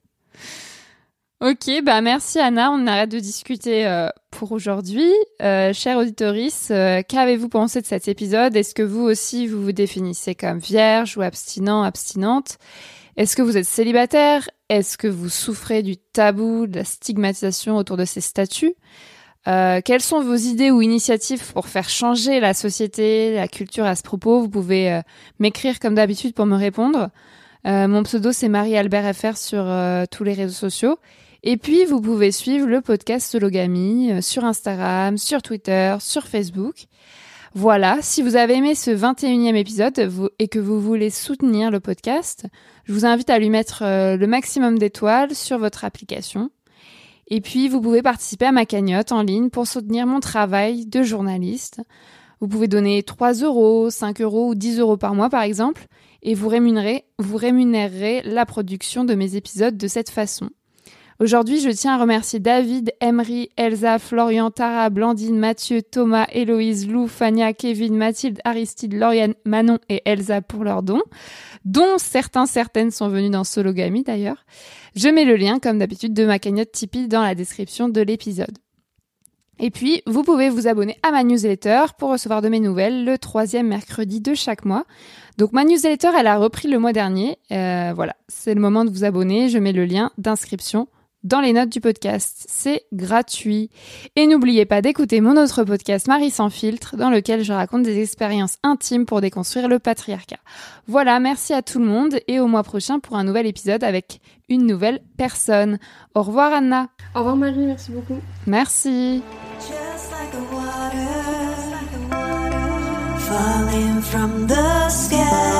Ok, bah merci Anna, on arrête de discuter euh, pour aujourd'hui. Euh, chère auditorice, euh, qu'avez-vous pensé de cet épisode ? Est-ce que vous aussi vous vous définissez comme vierge ou abstinent, abstinente ? Est-ce que vous êtes célibataire ? Est-ce que vous souffrez du tabou, de la stigmatisation autour de ces statuts ? euh, Quelles sont vos idées ou initiatives pour faire changer la société, la culture à ce propos ? Vous pouvez euh, m'écrire comme d'habitude pour me répondre. Euh, mon pseudo c'est Marie-Albert F R sur euh, tous les réseaux sociaux. Et puis, vous pouvez suivre le podcast Sologamy euh, sur Instagram, sur Twitter, sur Facebook. Voilà, si vous avez aimé ce vingt et unième épisode vous, et que vous voulez soutenir le podcast, je vous invite à lui mettre euh, le maximum d'étoiles sur votre application. Et puis, vous pouvez participer à ma cagnotte en ligne pour soutenir mon travail de journaliste. Vous pouvez donner trois euros, cinq euros ou dix euros par mois, par exemple, et vous rémunérez, vous rémunérerez la production de mes épisodes de cette façon. Aujourd'hui, je tiens à remercier David, Emery, Elsa, Florian, Tara, Blandine, Mathieu, Thomas, Héloïse, Lou, Fania, Kevin, Mathilde, Aristide, Lauriane, Manon et Elsa pour leurs dons, dont certains, certaines sont venus dans Sologamy d'ailleurs. Je mets le lien, comme d'habitude, de ma cagnotte Tipeee dans la description de l'épisode. Et puis, vous pouvez vous abonner à ma newsletter pour recevoir de mes nouvelles le troisième mercredi de chaque mois. Donc, ma newsletter, elle a repris le mois dernier. Euh, voilà, c'est le moment de vous abonner. Je mets le lien d'inscription dans les notes du podcast. C'est gratuit. Et n'oubliez pas d'écouter mon autre podcast Marie sans filtre, dans lequel je raconte des expériences intimes pour déconstruire le patriarcat. Voilà, merci à tout le monde et au mois prochain pour un nouvel épisode avec une nouvelle personne. Au revoir Anna. Au revoir Marie, merci beaucoup. Merci. Just like the water, falling from the sky.